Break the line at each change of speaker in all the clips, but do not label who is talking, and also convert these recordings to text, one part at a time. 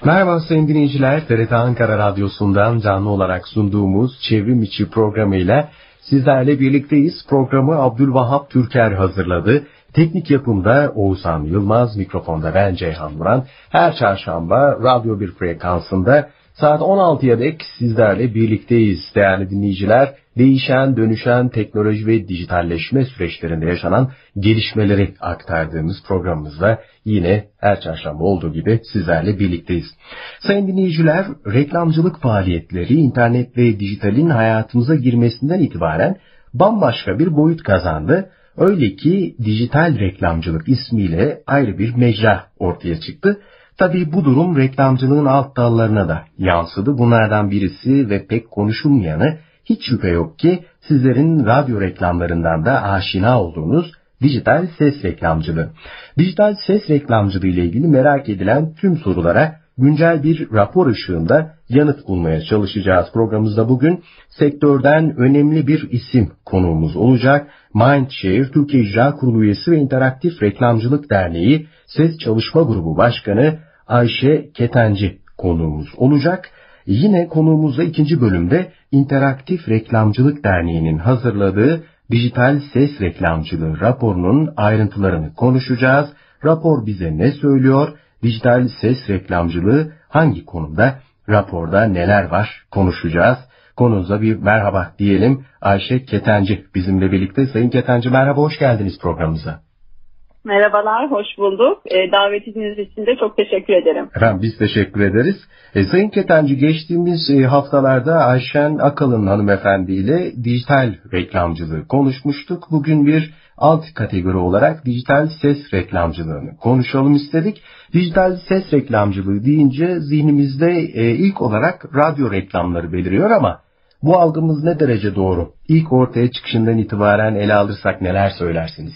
Merhaba sayın dinleyiciler, TRT Ankara Radyosu'ndan canlı olarak sunduğumuz Çevrim İçi programıyla sizlerle birlikteyiz. Programı Abdülvahap Türker hazırladı. Teknik yapımda Oğuzhan Yılmaz, mikrofonda ben Ceyhan Muran. Her çarşamba Radyo 1 frekansında saat 16'ya dek sizlerle birlikteyiz değerli dinleyiciler. Değişen, dönüşen teknoloji ve dijitalleşme süreçlerinde yaşanan gelişmeleri aktardığımız programımızda yine her çarşamba olduğu gibi sizlerle birlikteyiz. Sayın dinleyiciler, reklamcılık faaliyetleri internet ve dijitalin hayatımıza girmesinden itibaren bambaşka bir boyut kazandı. Öyle ki dijital reklamcılık ismiyle ayrı bir mecra ortaya çıktı. Tabii bu durum reklamcılığın alt dallarına da yansıdı. Bunlardan birisi ve pek konuşulmayanı hiç şüphe yok ki sizlerin radyo reklamlarından da aşina olduğunuz dijital ses reklamcılığı. Dijital ses reklamcılığı ile ilgili merak edilen tüm sorulara güncel bir rapor ışığında yanıt bulmaya çalışacağız. Programımızda bugün sektörden önemli bir isim konuğumuz olacak. Mindshare Türkiye İcra Kurulu üyesi ve İnteraktif Reklamcılık Derneği Ses Çalışma Grubu Başkanı Ayşe Ketenci konuğumuz olacak. Yine konuğumuzda ikinci bölümde İnteraktif Reklamcılık Derneği'nin hazırladığı dijital ses reklamcılığı raporunun ayrıntılarını konuşacağız. Rapor bize ne söylüyor? Dijital ses reklamcılığı hangi konuda? Raporda neler var? Konuşacağız. Konuğumuza bir merhaba diyelim. Ayşe Ketenci bizimle birlikte. Sayın Ketenci merhaba, hoş geldiniz programımıza.
Merhabalar, hoş bulduk. Davetiniz için de çok teşekkür ederim.
Efendim biz teşekkür ederiz. Sayın Ketenci, geçtiğimiz haftalarda Ayşen Akalın hanımefendiyle dijital reklamcılığı konuşmuştuk. Bugün bir alt kategori olarak dijital ses reklamcılığını konuşalım istedik. Dijital ses reklamcılığı deyince zihnimizde ilk olarak radyo reklamları beliriyor ama bu algımız ne derece doğru? İlk ortaya çıkışından itibaren ele alırsak neler söylersiniz?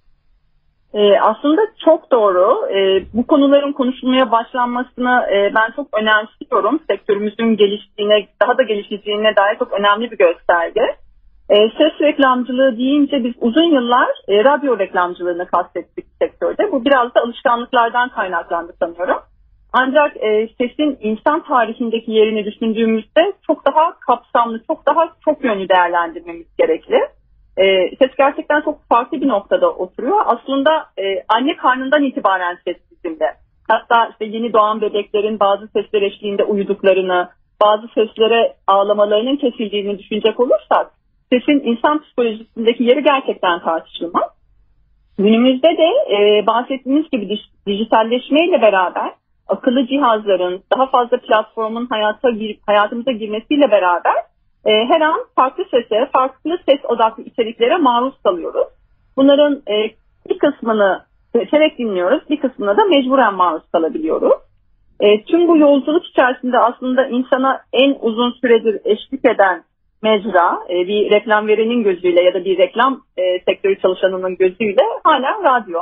Aslında çok doğru. Bu konuların konuşulmaya başlanmasını ben çok önemsiyorum. Sektörümüzün geliştiğine, daha da gelişeceğine dair çok önemli bir gösterge. Ses reklamcılığı deyince biz uzun yıllar radyo reklamcılığını kastettik sektörde. Bu biraz da alışkanlıklardan kaynaklandı sanıyorum. Ancak sesin insan tarihindeki yerini düşündüğümüzde çok daha kapsamlı, çok yönlü değerlendirmemiz gerekli. Ses gerçekten çok farklı bir noktada oturuyor. Aslında anne karnından itibaren ses bizimle. Hatta işte yeni doğan bebeklerin bazı sesler eşliğinde uyuduklarını, bazı seslere ağlamalarının kesildiğini düşünecek olursak sesin insan psikolojisindeki yeri gerçekten tartışılmaz. Günümüzde de bahsettiğimiz gibi dijitalleşmeyle beraber akıllı cihazların daha fazla platformun hayatımıza girmesiyle beraber her an farklı sese, farklı ses odaklı içeriklere maruz kalıyoruz. Bunların bir kısmını seçerek dinliyoruz, bir kısmına da mecburen maruz kalabiliyoruz. Tüm bu yolculuk içerisinde aslında insana en uzun süredir eşlik eden mecra, bir reklam verenin gözüyle ya da bir reklam sektörü çalışanının gözüyle hala radyo.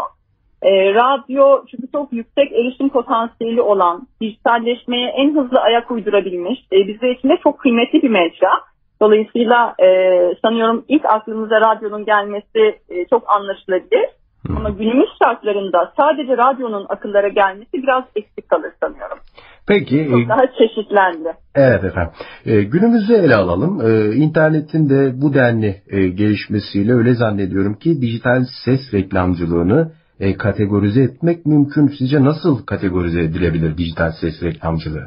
Radyo çünkü çok yüksek erişim potansiyeli olan, dijitalleşmeye en hızlı ayak uydurabilmiş, bizler için de çok kıymetli bir mecra. Dolayısıyla sanıyorum ilk aklımıza radyonun gelmesi çok anlaşılabilir. Ama günümüz şartlarında sadece radyonun akıllara gelmesi biraz eksik kalır sanıyorum.
Peki.
Çok daha çeşitlendi.
Evet efendim. Günümüzü ele alalım. İnternetin de bu denli gelişmesiyle öyle zannediyorum ki dijital ses reklamcılığını kategorize etmek mümkün. Sizce nasıl kategorize edilebilir dijital ses reklamcılığı?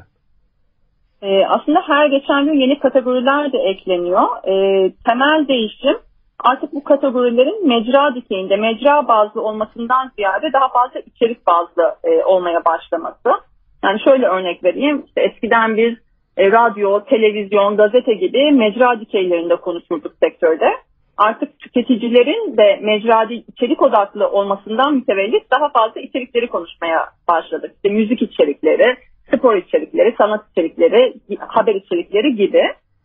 Aslında her geçen gün yeni kategoriler de ekleniyor. Temel değişim artık bu kategorilerin mecra dikeyinde, mecra bazlı olmasından ziyade daha fazla içerik bazlı olmaya başlaması. Yani şöyle örnek vereyim. İşte eskiden biz radyo, televizyon, gazete gibi mecra dikeylerinde konuşurduk sektörde. Artık tüketicilerin de mecra içerik odaklı olmasından mütevellit daha fazla içerikleri konuşmaya başladık. İşte müzik içerikleri, spor içerikleri, sanat içerikleri, haber içerikleri gibi.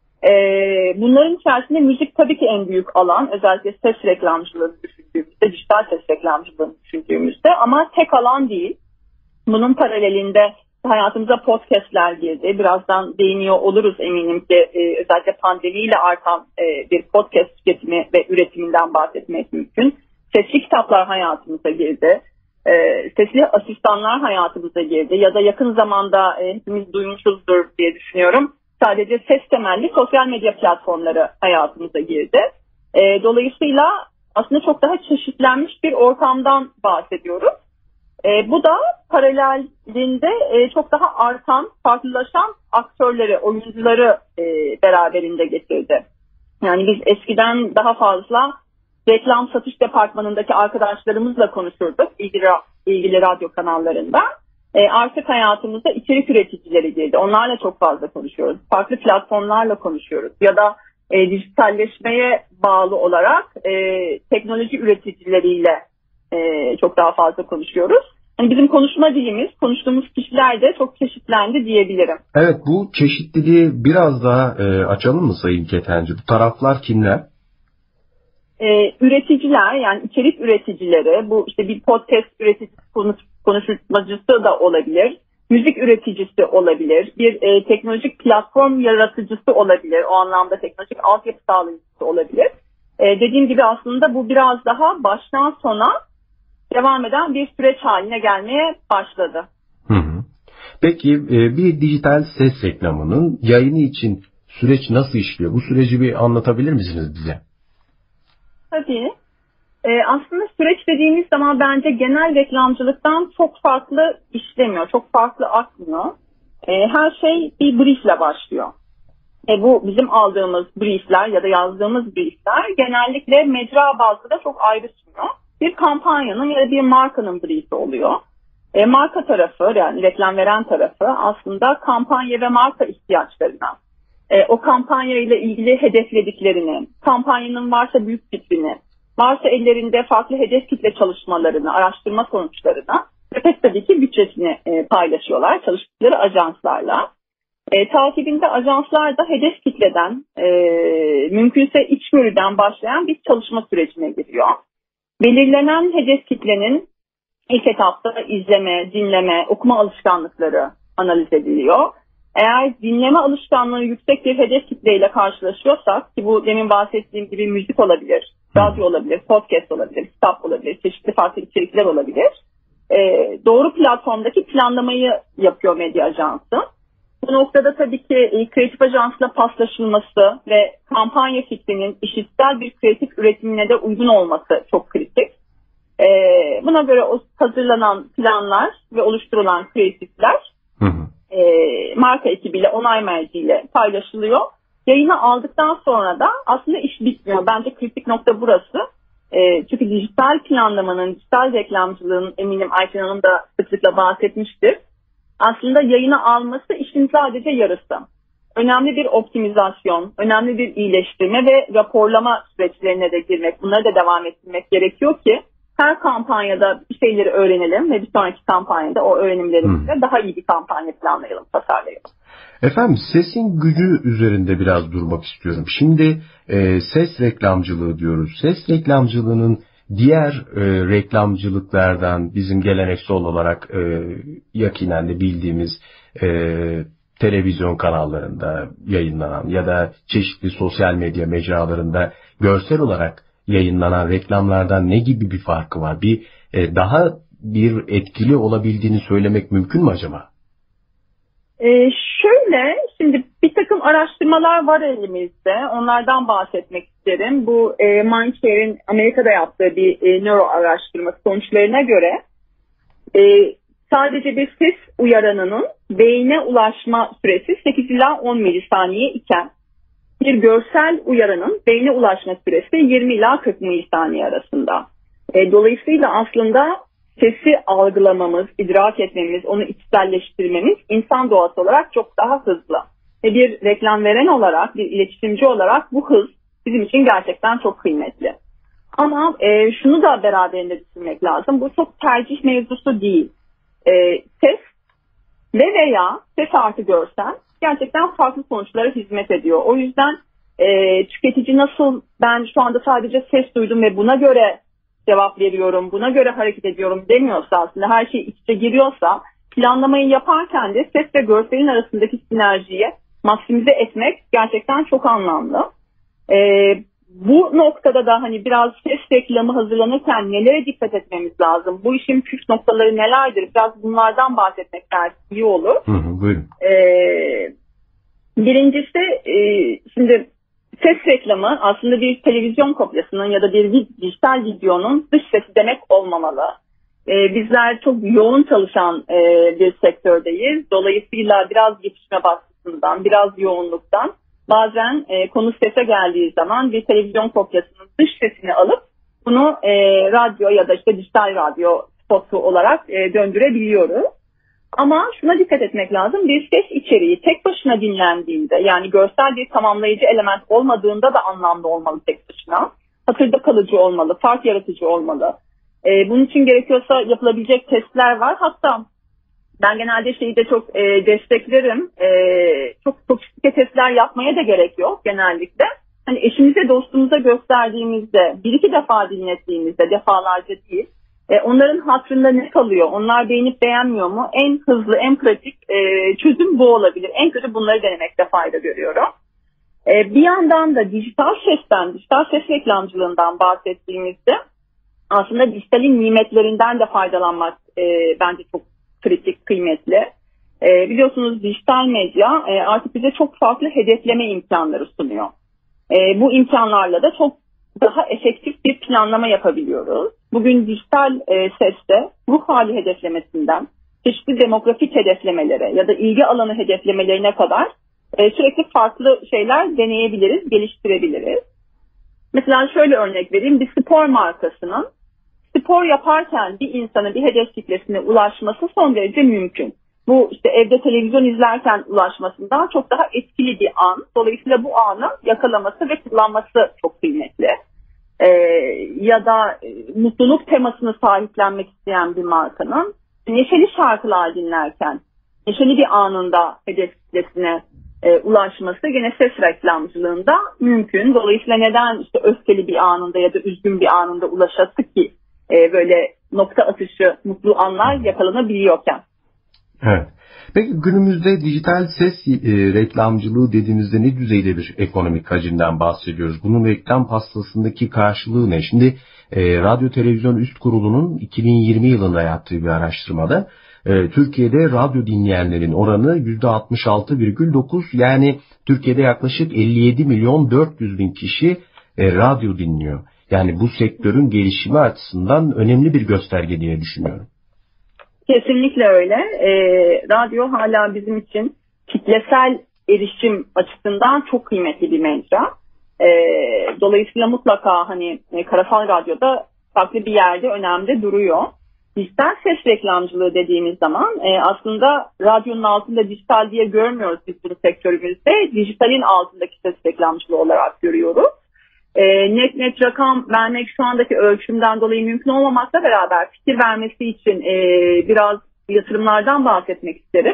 Bunların içerisinde müzik tabii ki en büyük alan. Özellikle ses reklamcılığını düşündüğümüzde, dijital ses reklamcılığını düşündüğümüzde ama tek alan değil. Bunun paralelinde hayatımıza podcastler girdi. Birazdan değiniyor oluruz eminim ki özellikle pandemiyle artan bir podcast tüketimi ve üretiminden bahsetmek mümkün. Sesli kitaplar hayatımıza girdi. Sesli asistanlar hayatımıza girdi ya da yakın zamanda hepimiz duymuşuzdur diye düşünüyorum. Sadece ses temelli sosyal medya platformları hayatımıza girdi. Dolayısıyla aslında çok daha çeşitlenmiş bir ortamdan bahsediyoruz. Bu da paralelinde çok daha artan, farklılaşan aktörleri, oyuncuları beraberinde getirdi. Yani biz eskiden daha fazla reklam satış departmanındaki arkadaşlarımızla konuşurduk ilgili radyo kanallarında. Artık hayatımıza içerik üreticileri girdi. Onlarla çok fazla konuşuyoruz. Farklı platformlarla konuşuyoruz. Ya da dijitalleşmeye bağlı olarak teknoloji üreticileriyle çok daha fazla konuşuyoruz. Yani bizim konuşma dilimiz, konuştuğumuz kişiler de çok çeşitlendi diyebilirim.
Evet, bu çeşitliliği biraz daha açalım mı Sayın Ketenci? Bu taraflar kimler?
Üreticiler, yani içerik üreticileri, bu işte bir podcast üreticisi, konuşmacısı da olabilir, müzik üreticisi olabilir, bir teknolojik platform yaratıcısı olabilir, o anlamda teknolojik altyapı sağlayıcısı olabilir. Dediğim gibi aslında bu biraz daha baştan sona devam eden bir süreç haline gelmeye başladı.
Peki bir dijital ses reklamının yayını için süreç nasıl işliyor? Bu süreci bir anlatabilir misiniz bize?
Tabii. Aslında süreç dediğimiz zaman bence genel reklamcılıktan çok farklı işlemiyor, çok farklı akmıyor. Her şey bir briefle başlıyor. Bu bizim aldığımız briefler ya da yazdığımız briefler genellikle mecra bazlı da çok ayrışmıyor. Bir kampanyanın ya da bir markanın briefi oluyor. Marka tarafı, yani reklam veren tarafı aslında kampanya ve marka ihtiyaçlarına, o kampanya ile ilgili hedeflediklerini, kampanyanın varsa büyük fikrini, varsa ellerinde farklı hedef kitle çalışmalarını, araştırma sonuçlarına ve tabii ki bütçesini paylaşıyorlar çalıştıkları ajanslarla. Takibinde ajanslar da hedef kitleden, mümkünse içgörüden başlayan bir çalışma sürecine giriyor. Belirlenen hedef kitlenin ilk etapta izleme, dinleme, okuma alışkanlıkları analiz ediliyor. Eğer dinleme alışkanlığı yüksek bir hedef kitleyle karşılaşıyorsak, ki bu demin bahsettiğim gibi müzik olabilir, radyo olabilir, podcast olabilir, kitap olabilir, çeşitli farklı içerikler olabilir. Doğru platformdaki planlamayı yapıyor medya ajansı. Bu noktada tabii ki kreatif ajansla paslaşılması ve kampanya fikrinin işitsel bir kreatif üretimine de uygun olması çok kritik. Buna göre hazırlanan planlar ve oluşturulan kreatifler marka ekibiyle, onay merciyle paylaşılıyor. Yayına aldıktan sonra da aslında iş bitmiyor. Bence kritik nokta burası. Çünkü dijital planlamanın, dijital reklamcılığın, eminim Ayten Hanım da sıklıkla bahsetmiştir. Aslında yayına alması işin sadece yarısı. Önemli bir optimizasyon, önemli bir iyileştirme ve raporlama süreçlerine de girmek, bunları da devam ettirmek gerekiyor ki her kampanyada bir şeyleri öğrenelim ve bir sonraki kampanyada o öğrenimlerimizle daha iyi bir kampanya planlayalım, tasarlayalım.
Efendim, sesin gücü üzerinde biraz durmak istiyorum. Şimdi ses reklamcılığı diyoruz. Ses reklamcılığının diğer reklamcılıklardan bizim geleneksel olarak yakinen de bildiğimiz televizyon kanallarında yayınlanan ya da çeşitli sosyal medya mecralarında görsel olarak yayınlanan reklamlardan ne gibi bir farkı var? Daha bir etkili olabildiğini söylemek mümkün mü acaba?
Şimdi bir takım araştırmalar var elimizde. Onlardan bahsetmek isterim. Bu Mindshare'in Amerika'da yaptığı bir nöro araştırma sonuçlarına göre sadece bir ses uyaranının beyne ulaşma süresi 8 ila 10 milisaniye iken bir görsel uyaranın beyne ulaşma süresi 20 ila 40 milisaniye arasında. Dolayısıyla aslında sesi algılamamız, idrak etmemiz, onu içselleştirmemiz insan doğası olarak çok daha hızlı. Ve bir reklam veren olarak, bir iletişimci olarak bu hız bizim için gerçekten çok kıymetli. Ama şunu da beraberinde düşünmek lazım. Bu çok tercih mevzusu değil. Ses veya ses artı görsel gerçekten farklı sonuçlara hizmet ediyor. O yüzden tüketici nasıl ben şu anda sadece ses duydum ve buna göre cevap veriyorum, buna göre hareket ediyorum demiyorsa, aslında her şey iç içe giriyorsa, planlamayı yaparken de ses ve görselin arasındaki sinerjiyi maksimize etmek gerçekten çok anlamlı. Bu noktada da hani biraz ses reklamı hazırlanırken nelere dikkat etmemiz lazım? Bu işin püf noktaları nelerdir? Biraz bunlardan bahsetmek belki iyi olur.
Buyurun.
Birincisi şimdi ses reklamı aslında bir televizyon kopyasının ya da bir dijital videonun dış sesi demek olmamalı. Bizler çok yoğun çalışan bir sektördeyiz. Dolayısıyla biraz yetişme baskısından, biraz yoğunluktan bazen konu sese geldiği zaman bir televizyon kopyasının dış sesini alıp bunu radyo ya da işte dijital radyo spotu olarak döndürebiliyoruz. Ama şuna dikkat etmek lazım. Bir ses içeriği tek başına dinlendiğinde, yani görsel bir tamamlayıcı element olmadığında da anlamlı olmalı tek başına. Hatırda kalıcı olmalı, fark yaratıcı olmalı. Bunun için gerekiyorsa yapılabilecek testler var. Hatta ben genelde şeyi de çok desteklerim. Çok sofistike testler yapmaya da gerek yok genellikle. Hani eşimize, dostumuza gösterdiğimizde, bir iki defa dinlettiğimizde, defalarca değil, onların hatırında ne kalıyor? Onlar beğenip beğenmiyor mu? En hızlı, en pratik çözüm bu olabilir. En kötü bunları denemekte fayda görüyorum. Bir yandan da dijital ses reklamcılığından bahsettiğimizde aslında dijitalin nimetlerinden de faydalanmak bence çok kritik, kıymetli. Biliyorsunuz dijital medya artık bize çok farklı hedefleme imkanları sunuyor. Bu imkanlarla da çok daha efektif bir planlama yapabiliyoruz. Bugün dijital seste ruh hali hedeflemesinden çeşitli demografik hedeflemelere ya da ilgi alanı hedeflemelerine kadar sürekli farklı şeyler deneyebiliriz, geliştirebiliriz. Mesela şöyle örnek vereyim. Bir spor markasının spor yaparken bir insanın bir hedef kitlesine ulaşması son derece mümkün. Bu işte evde televizyon izlerken ulaşmasından çok daha etkili bir an. Dolayısıyla bu anı yakalaması ve kullanması çok kıymetli. Ya da mutluluk temasını sahiplenmek isteyen bir markanın neşeli şarkılar dinlerken neşeli bir anında hedef kitlesine ulaşması gene ses reklamcılığında mümkün. Dolayısıyla neden işte öfkeli bir anında ya da üzgün bir anında ulaşası ki böyle nokta atışı mutlu anlar yakalanabiliyorken.
Evet. Peki günümüzde dijital ses reklamcılığı dediğimizde ne düzeyde bir ekonomik hacimden bahsediyoruz? Bunun reklam pastasındaki karşılığı ne? Şimdi Radyo Televizyon Üst Kurulu'nun 2020 yılında yaptığı bir araştırmada Türkiye'de radyo dinleyenlerin oranı %66,9, yani Türkiye'de yaklaşık 57 milyon 400 bin kişi radyo dinliyor. Yani bu sektörün gelişimi açısından önemli bir gösterge diye düşünüyorum.
Kesinlikle öyle. Radyo hala bizim için kitlesel erişim açısından çok kıymetli bir mecra. Dolayısıyla mutlaka hani karasal radyoda farklı bir yerde önemli duruyor. Dijital ses reklamcılığı dediğimiz zaman aslında radyonun altında dijital diye görmüyoruz biz bunu sektörümüzde. Dijitalin altındaki ses reklamcılığı olarak görüyoruz. Net rakam vermek şu andaki ölçümden dolayı mümkün olmamakla beraber fikir vermesi için biraz yatırımlardan bahsetmek isterim.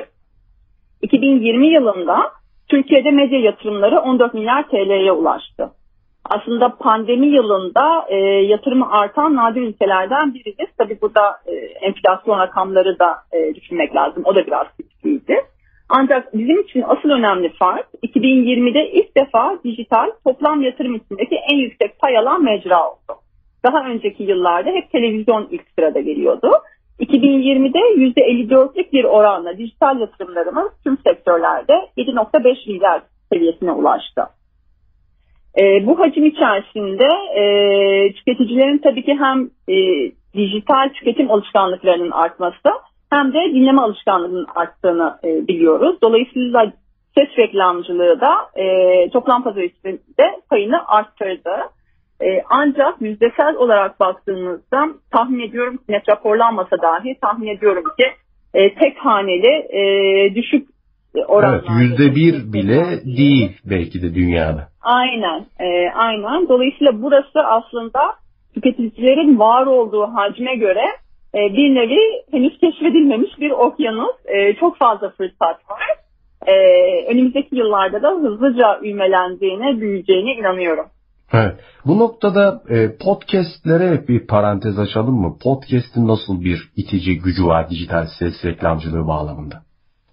2020 yılında Türkiye'de medya yatırımları 14 milyar TL'ye ulaştı. Aslında pandemi yılında yatırımı artan nadir ülkelerden biridir. Tabii burada enflasyon rakamları da düşünmek lazım. O da biraz küçüğüydü. Ancak bizim için asıl önemli fark 2020'de ilk defa dijital toplam yatırım içindeki en yüksek pay alan mecra oldu. Daha önceki yıllarda hep televizyon ilk sırada geliyordu. 2020'de %54'lük bir oranla dijital yatırımlarımız tüm sektörlerde 7,5 milyar seviyesine ulaştı. Bu hacim içerisinde tüketicilerin tabii ki hem dijital tüketim alışkanlıklarının artması hem de dinleme alışkanlığının arttığını biliyoruz. Dolayısıyla ses reklamcılığı da toplam pazar içinde payını arttırdı. Ancak yüzdesel olarak baktığımızda tahmin ediyorum ki net raporlanmasa dahi tahmin ediyorum ki tek haneli düşük oranlarda.
Evet, %1 bile değil belki de dünyada.
Aynen. Dolayısıyla burası aslında tüketicilerin var olduğu hacme göre bir nevi henüz keşfedilmemiş bir okyanus. Çok fazla fırsat var. Önümüzdeki yıllarda da hızlıca ivmelendiğine, büyüyeceğine inanıyorum.
Evet. Bu noktada podcastlere bir parantez açalım mı? Podcast'in nasıl bir itici gücü var dijital ses reklamcılığı bağlamında?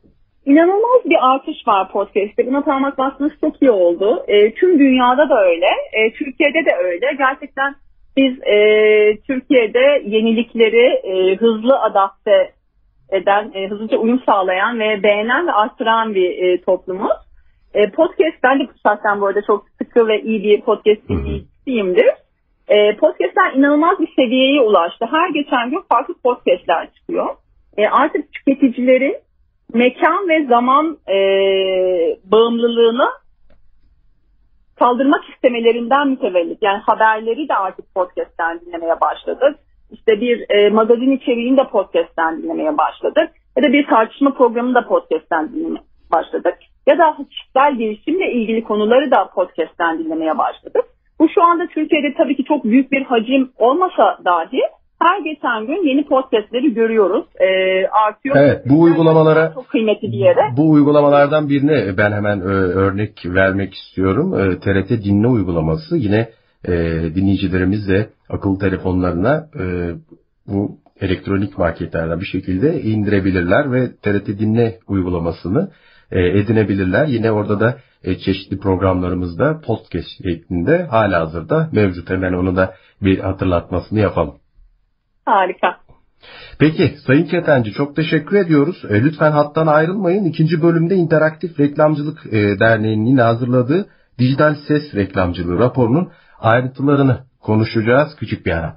İnanılmaz bir artış var podcast'te. Buna parmak basmanız çok iyi oldu. Tüm dünyada da öyle. Türkiye'de de öyle. Gerçekten biz Türkiye'de yenilikleri hızlı adapte eden, hızlıca uyum sağlayan ve beğenen ve arttıran bir toplumuz. Podcast, ben de şahsen bu arada çok sıkı ve iyi bir podcast dinleyicisiyimdir. Podcastler inanılmaz bir seviyeye ulaştı. Her geçen gün farklı podcastler çıkıyor. Artık tüketicilerin mekan ve zaman bağımlılığını kaldırmak istemelerinden mütevellit. Yani haberleri de artık podcast'ten dinlemeye başladık. İşte bir magazin içeriğini de podcast'ten dinlemeye başladık. Ya da bir tartışma programını da podcast'ten dinlemeye başladık. Ya da kişisel gelişimle ilgili konuları da podcast'ten dinlemeye başladık. Bu şu anda Türkiye'de tabii ki çok büyük bir hacim olmasa dahi her geçen gün yeni podcastleri görüyoruz. Artıyor.
Evet, bu uygulamalara
çok kıymetli bir yere.
Bu uygulamalardan birine ben hemen örnek vermek istiyorum. TRT Dinle uygulaması yine dinleyicilerimiz de akıllı telefonlarına bu elektronik marketlerden bir şekilde indirebilirler ve TRT Dinle uygulamasını edinebilirler. Yine orada da çeşitli programlarımızda podcast şeklinde halihazırda mevcut. Hemen onu da bir hatırlatmasını yapalım.
Harika.
Peki Sayın Ketenci çok teşekkür ediyoruz. Lütfen hattan ayrılmayın. İkinci bölümde İnteraktif Reklamcılık Derneği'nin hazırladığı dijital ses reklamcılığı raporunun ayrıntılarını konuşacağız. Küçük bir ara.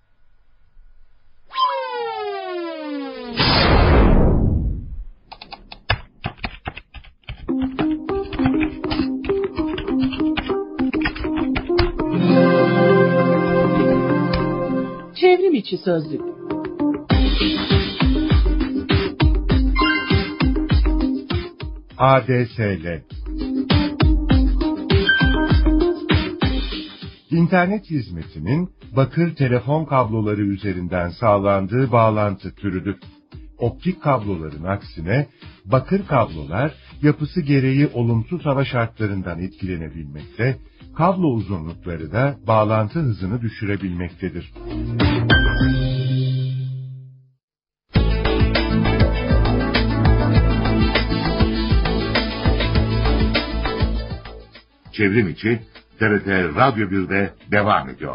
Çevrim içi sözlük.
ADSL İnternet hizmetinin bakır telefon kabloları üzerinden sağlandığı bağlantı türüdür. Optik kabloların aksine bakır kablolar yapısı gereği olumsuz hava şartlarından etkilenebilmekte, kablo uzunlukları da bağlantı hızını düşürebilmektedir.
Çevrim içi TRT Radyo 1'de devam ediyor.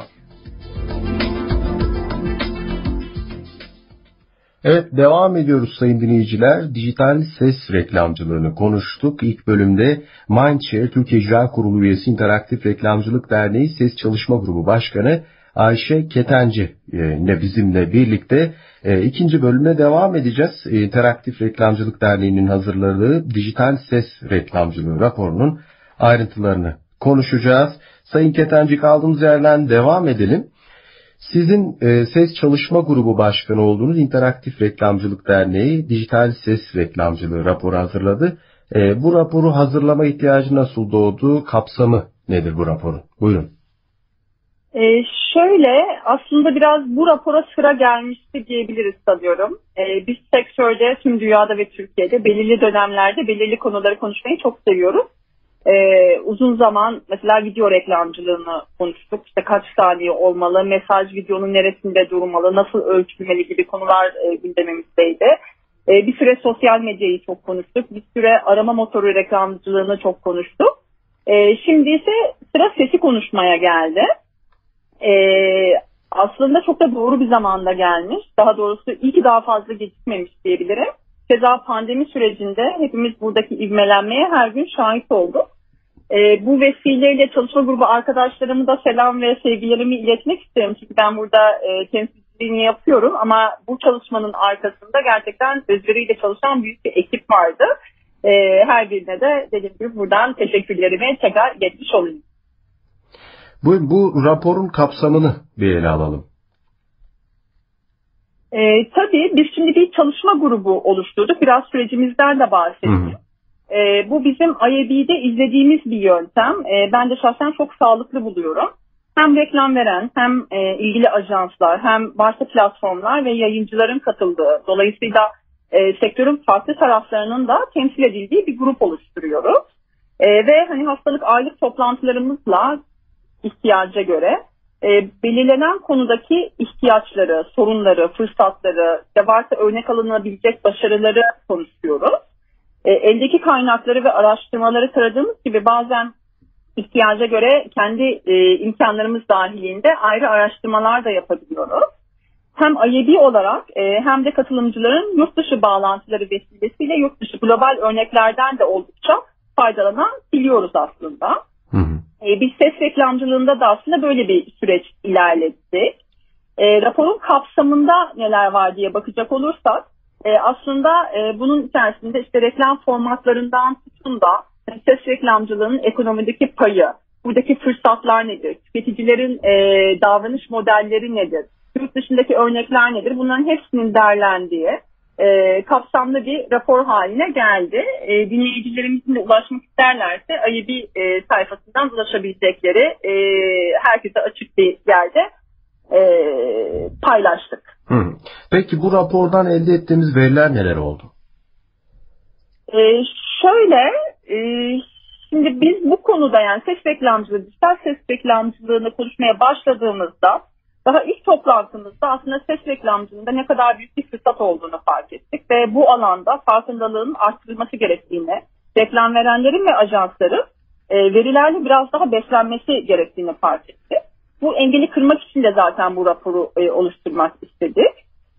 Evet, devam ediyoruz sayın dinleyiciler. Dijital ses reklamcılığını konuştuk. İlk bölümde Mindshare Türkiye İcra Kurulu üyesi İnteraktif Reklamcılık Derneği Ses Çalışma Grubu Başkanı Ayşe Ketenci ile bizimle birlikte ikinci bölüme devam edeceğiz. İnteraktif Reklamcılık Derneği'nin hazırladığı dijital ses reklamcılığı raporunun ayrıntılarını konuşacağız. Sayın Ketenci, kaldığımız yerden devam edelim. Sizin Ses Çalışma Grubu Başkanı olduğunuz İnteraktif Reklamcılık Derneği dijital ses reklamcılığı raporu hazırladı. Bu raporu hazırlama ihtiyacı nasıl doğdu? Kapsamı nedir bu raporun? Buyurun.
Şöyle, aslında biraz bu rapora sıra gelmişti diyebiliriz sanıyorum. Biz sektörde, tüm dünyada ve Türkiye'de belirli dönemlerde belirli konuları konuşmayı çok seviyoruz. Uzun zaman mesela video reklamcılığını konuştuk. İşte kaç saniye olmalı, mesaj videonun neresinde durmalı, nasıl ölçülmeli gibi konular gündemimizdeydi. Bir süre sosyal medyayı çok konuştuk. Bir süre arama motoru reklamcılığını çok konuştuk. Şimdi ise sıra sesi konuşmaya geldi. Aslında çok da doğru bir zamanda gelmiş. Daha doğrusu iyi ki daha fazla gecikmemiş diyebilirim. Keza pandemi sürecinde hepimiz buradaki ivmelenmeye her gün şahit olduk. Bu vesileyle çalışma grubu arkadaşlarımı da selam ve sevgilerimi iletmek isterim. Çünkü ben burada temsilciliğini yapıyorum ama bu çalışmanın arkasında gerçekten özveriyle çalışan büyük bir ekip vardı. Her birine de dediğim gibi buradan teşekkürlerimi tekrar iletmiş olayım.
Bu raporun kapsamını bir ele alalım.
Tabii biz şimdi bir çalışma grubu oluşturduk. Biraz sürecimizden de bahsedeyim. Bu bizim IAB'de izlediğimiz bir yöntem. Ben de şahsen çok sağlıklı buluyorum. Hem reklam veren hem ilgili ajanslar hem varsa platformlar ve yayıncıların katıldığı, dolayısıyla sektörün farklı taraflarının da temsil edildiği bir grup oluşturuyoruz. Ve hani haftalık aylık toplantılarımızla ihtiyaca göre belirlenen konudaki ihtiyaçları, sorunları, fırsatları, varsa örnek alınabilecek başarıları konuşuyoruz. Eldeki kaynakları ve araştırmaları taradığımız gibi bazen ihtiyaca göre kendi imkanlarımız dahilinde ayrı araştırmalar da yapabiliyoruz. Hem IAB olarak hem de katılımcıların yurt dışı bağlantıları vesilesiyle yurt dışı global örneklerden de oldukça faydalanabiliyoruz aslında.
Hı hı.
Biz ses reklamcılığında da aslında böyle bir süreç ilerlettik. Raporun kapsamında neler var diye bakacak olursak aslında bunun içerisinde işte reklam formatlarından tutun da ses reklamcılığının ekonomideki payı, buradaki fırsatlar nedir, tüketicilerin davranış modelleri nedir, yurt dışındaki örnekler nedir, bunların hepsinin derlendiği kapsamlı bir rapor haline geldi. Dinleyicilerimizin de ulaşmak isterlerse IAB sayfasından ulaşabilecekleri herkese açık bir yerde paylaştık.
Peki bu rapordan elde ettiğimiz veriler neler oldu?
Şimdi biz bu konuda yani ses reklamcılığı, dijital ses reklamcılığını konuşmaya başladığımızda daha ilk toplantımızda aslında ses reklamcılığında ne kadar büyük bir fırsat olduğunu fark ettik ve bu alanda farkındalığın arttırılması gerektiğini, reklam verenlerin ve ajansların verilerle biraz daha beslenmesi gerektiğini fark ettik. Bu engeli kırmak için de zaten bu raporu oluşturmak istedik.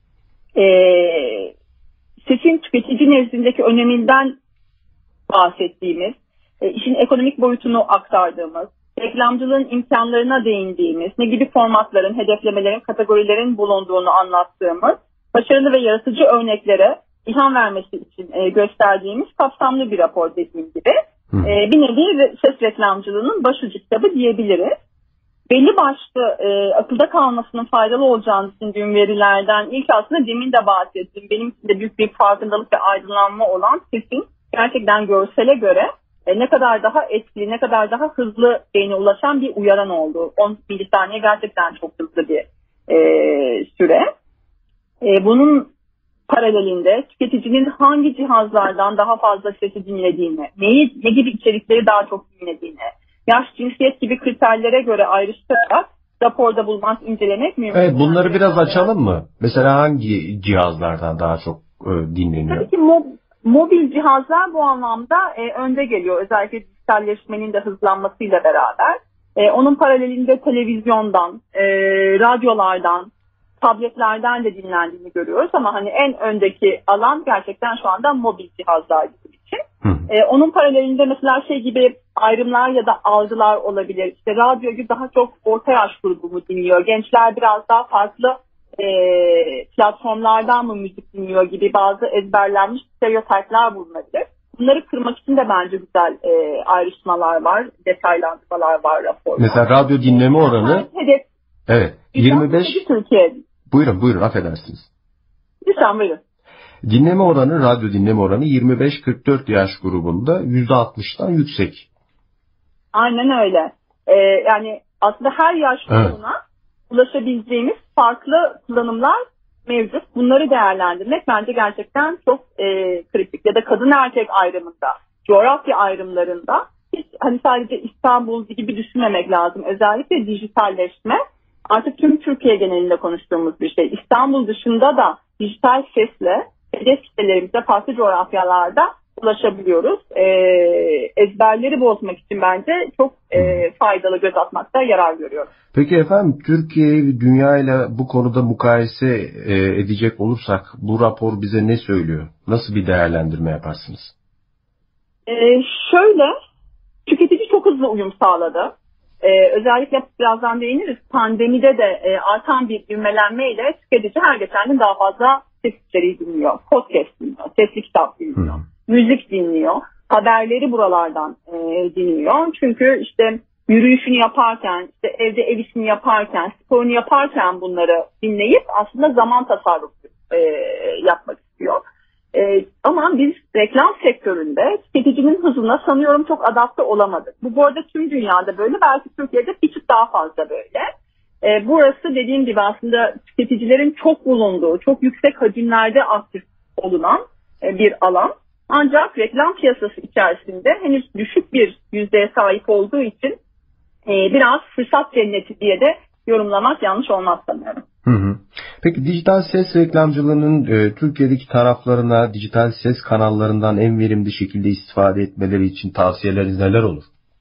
Sesin tüketici nezdindeki öneminden bahsettiğimiz, işin ekonomik boyutunu aktardığımız, reklamcılığın imkanlarına değindiğimiz, ne gibi formatların, hedeflemelerin, kategorilerin bulunduğunu anlattığımız, başarılı ve yaratıcı örneklere ilham vermesi için gösterdiğimiz kapsamlı bir rapor dediğim gibi. Bir nevi ses reklamcılığının başucu kitabı diyebiliriz. Belli başlı akılda kalmasının faydalı olacağını düşündüğüm verilerden ilk aslında demin de bahsettiğim benim için de büyük bir farkındalık ve aydınlanma olan sesin gerçekten görsele göre ne kadar daha etkili, ne kadar daha hızlı beyne ulaşan bir uyaran oldu. 10 milisaniye gerçekten çok hızlı bir süre. Bunun paralelinde tüketicinin hangi cihazlardan daha fazla sesi dinlediğini, ne gibi içerikleri daha çok dinlediğini, yaş, cinsiyet gibi kriterlere göre ayrıştırarak raporda bulmak, incelemek mümkün.
Evet, bunları biraz açalım mı? Mesela hangi cihazlardan daha çok dinleniyor?
Tabii ki mobil cihazlar bu anlamda önde geliyor. Özellikle dijitalleşmenin de hızlanmasıyla beraber. Onun paralelinde televizyondan, radyolardan, tabletlerden de dinlendiğini görüyoruz. Ama hani en öndeki alan gerçekten şu anda mobil cihazlar bizim için. Onun paralelinde mesela şey gibi ayrımlar ya da algılar olabilir. İşte radyoyu daha çok orta yaş grubu mu dinliyor? Gençler biraz daha farklı platformlardan mı müzik dinliyor gibi bazı ezberlenmiş stereotipler bulunabilir. Bunları kırmak için de bence güzel ayrışmalar var, detaylandırmalar var raporda.
Mesela radyo dinleme oranı evet 25
Türkiye.
Buyurun affedersiniz.
Lütfen buyurun.
Radyo dinleme oranı 25-44 yaş grubunda %60'dan yüksek.
Aynen öyle. Yani aslında her yaş grubuna ulaşabileceğimiz farklı kullanımlar mevcut. Bunları değerlendirmek bence gerçekten çok kritik. Ya da kadın erkek ayrımında, coğrafya ayrımlarında hiç hani sadece İstanbul gibi düşünmemek lazım. Özellikle dijitalleşme artık tüm Türkiye genelinde konuştuğumuz bir şey. İstanbul dışında da dijital sesle hedef kitlelerimize farklı coğrafyalarda ulaşabiliyoruz. Ezberleri bozmak için bence çok faydalı, göz atmakta yarar görüyorum.
Peki efendim, Türkiye'yi dünya ile bu konuda mukayese edecek olursak bu rapor bize ne söylüyor? Nasıl bir değerlendirme yaparsınız?
Tüketici çok hızlı uyum sağladı. Özellikle birazdan değiniriz. Pandemide de artan bir ivmelenmeyle tüketici her geçen gün daha fazla ses içeriği dinliyor. Podcast dinliyor, sesli kitap dinliyor, müzik dinliyor. Haberleri buralardan dinliyor. Çünkü işte yürüyüşünü yaparken, işte evde ev işini yaparken, sporunu yaparken bunları dinleyip aslında zaman tasarrufu yapmak istiyor. Ama biz reklam sektöründe tüketicinin hızına sanıyorum çok adapte olamadık. Bu arada tüm dünyada böyle, belki Türkiye'de bir tık daha fazla böyle. Burası dediğim gibi aslında tüketicilerin çok bulunduğu, çok yüksek hacimlerde aktif olunan bir alan. Ancak reklam piyasası içerisinde henüz düşük bir yüzdeye sahip olduğu için biraz fırsat cenneti diye de yorumlamak yanlış olmaz sanıyorum.
Peki dijital ses reklamcılığının Türkiye'deki taraflarına dijital ses kanallarından en verimli şekilde istifade etmeleri için tavsiyeleriniz neler olur?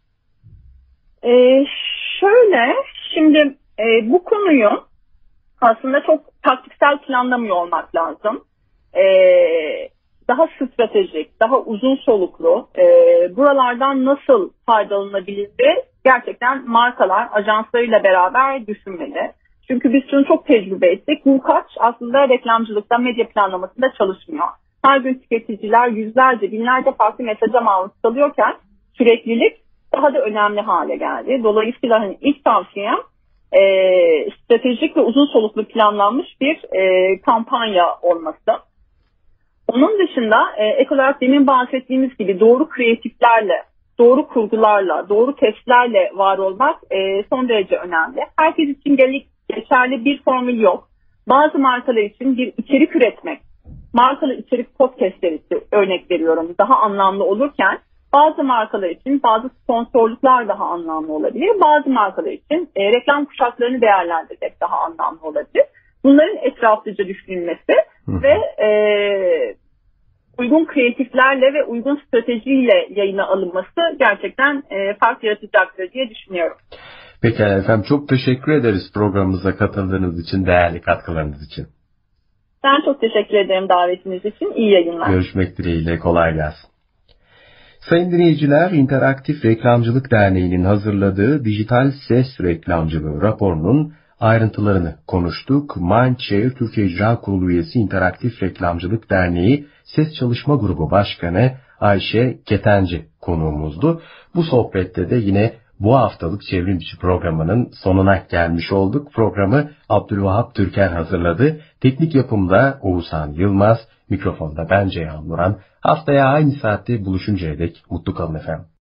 Şimdi bu konuyu aslında çok taktiksel planlamıyor olmak lazım. Daha stratejik, daha uzun soluklu, buralardan nasıl faydalanabilir gerçekten markalar ajanslarıyla beraber düşünmeli. Çünkü biz şunu çok tecrübe ettik. Bu aslında reklamcılıkta, medya planlamasında çalışmıyor. Her gün tüketiciler yüzlerce, binlerce farklı mesaja maruz kalıyorken süreklilik daha da önemli hale geldi. Dolayısıyla ilk tavsiyem stratejik ve uzun soluklu planlanmış bir kampanya olması. Onun dışında ek olarak demin bahsettiğimiz gibi doğru kreatiflerle, doğru kurgularla, doğru testlerle var olmak son derece önemli. Herkes için geçerli bir formül yok. Bazı markalar için bir içerik üretmek, markalı içerik podcastleri örnek veriyorum, daha anlamlı olurken bazı markalar için bazı sponsorluklar daha anlamlı olabilir. Bazı markalar için reklam kuşaklarını değerlendirmek daha anlamlı olabilir. Bunların etraflıca düşünülmesi ve uygun kreatiflerle ve uygun stratejiyle yayına alınması gerçekten fark yaratacaktır diye düşünüyorum.
Peki efendim, çok teşekkür ederiz programımıza katıldığınız için, değerli katkılarınız için.
Ben çok teşekkür ederim davetiniz için. İyi yayınlar.
Görüşmek dileğiyle, kolay gelsin. Sayın dinleyiciler, İnteraktif Reklamcılık Derneği'nin hazırladığı Dijital Ses Reklamcılığı raporunun ayrıntılarını konuştuk. Mindshare Türkiye İcra Kurulu üyesi İnteraktif Reklamcılık Derneği Ses Çalışma Grubu Başkanı Ayşe Ketenci konuğumuzdu. Bu sohbette de yine bu haftalık Çevrimiçi programının sonuna gelmiş olduk. Programı Abdülvahap Türker hazırladı. Teknik yapımda Oğuzhan Yılmaz, mikrofonda ben Ceyhan Nuran. Haftaya aynı saatte buluşuncaya dek mutlu kalın efendim.